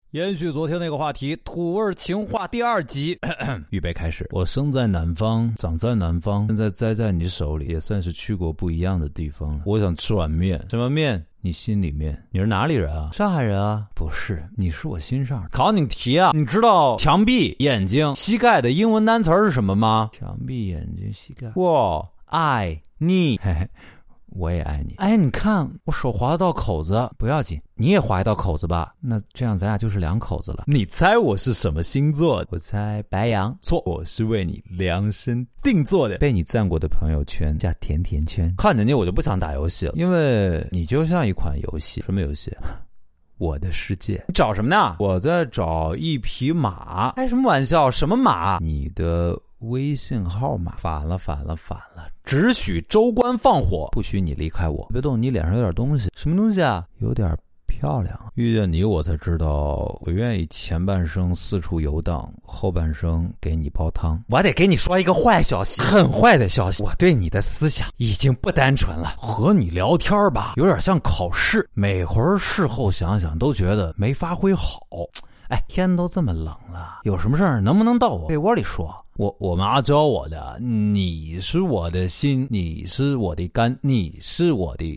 延续昨天那个话题，土味情话第2集，预备开始。我生在南方，长在南方，现在栽在你手里，也算是去过不一样的地方了。我想吃碗面，什么面？你心里面。你是哪里人啊？上海人啊？不是，你是我心上人。考你题啊，你知道墙壁、眼睛、膝盖的英文单词是什么吗？墙壁、眼睛、膝盖。我爱你。嘿嘿，我也爱你。哎，你看我手划得到口子，不要紧，你也划一道口子吧。那这样咱俩就是2口子了。你猜我是什么星座的？我猜白羊。错，我是为你量身定做的。被你赞过的朋友圈加甜甜圈。看着你我就不想打游戏了，因为你就像一款游戏。什么游戏？我的世界。你找什么呢？我在找一匹马。开什么玩笑？什么马？你的微信号码。反了，只许州官放火，不许你离开我。别动，你脸上有点东西。什么东西啊？有点漂亮。遇见你我才知道，我愿意前半生四处游荡，后半生给你煲汤。我得给你说一个坏消息，很坏的消息。我对你的思想已经不单纯了。和你聊天吧，有点像考试，每回事后想想都觉得没发挥好。哎，天都这么冷了，有什么事儿能不能到我被窝里说？我妈教我的，你是我的心，你是我的肝，你是我的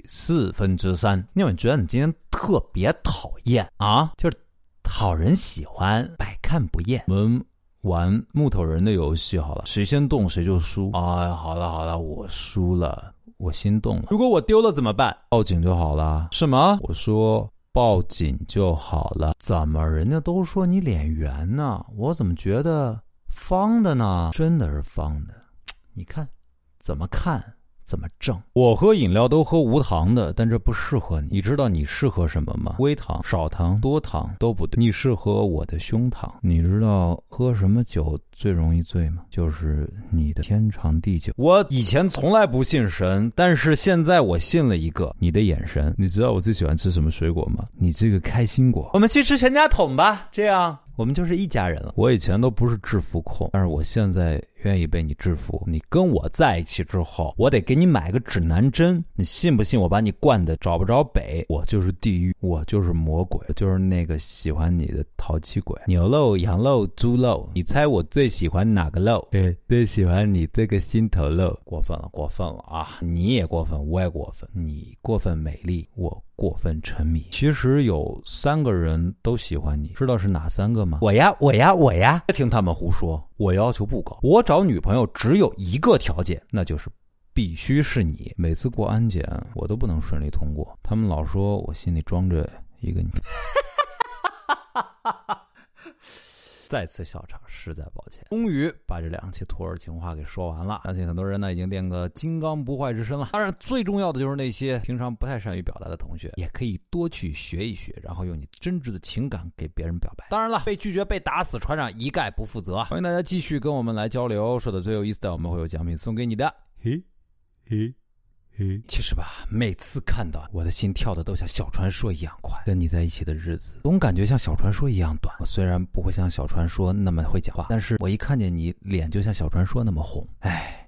3/4。你有没有觉得你今天特别讨厌啊？就是讨人喜欢，百看不厌。我们玩木头人的游戏好了，谁先动谁就输。哎，好了，我输了，我心动了。如果我丢了怎么办？报警就好了。什么？我说报警就好了。怎么人家都说你脸圆呢？我怎么觉得方的呢？真的是方的。你看怎么看怎么正。我喝饮料都喝无糖的，但这不适合你。你知道你适合什么吗？微糖、少糖、多糖都不对。你适合我的胸膛。你知道喝什么酒最容易醉吗？就是你的天长地久。我以前从来不信神，但是现在我信了一个，你的眼神。你知道我最喜欢吃什么水果吗？你这个开心果。我们去吃全家桶吧，这样我们就是一家人了。我以前都不是制服控，但是我现在愿意被你制服。你跟我在一起之后，我得给你买个指南针，你信不信我把你灌得找不着北？我就是地狱，我就是魔鬼，我就是那个喜欢你的淘气鬼。牛肉、羊肉、猪肉，你猜我最喜欢哪个肉？对，最喜欢你这个心头肉。过分了啊！你也过分，我也过分。你过分美丽，我过分沉迷。其实有3个人都喜欢你，知道是哪3个吗？我呀！别听他们胡说，我要求不高。我找女朋友只有一个条件，那就是必须是你。每次过安检我都不能顺利通过，他们老说我心里装着一个你。再次笑场，实在抱歉。终于把这2期土味情话给说完了，相信很多人呢已经练个金刚不坏之身了。当然最重要的就是那些平常不太善于表达的同学，也可以多去学一学，然后用你真挚的情感给别人表白。当然了，被拒绝被打死，船长一概不负责。欢迎大家继续跟我们来交流，说的最有意思的我们会有奖品送给你的。其实吧，每次看到我的心跳的都像小传说一样快，跟你在一起的日子总感觉像小传说一样短。我虽然不会像小传说那么会讲话，但是我一看见你脸就像小传说那么红。哎，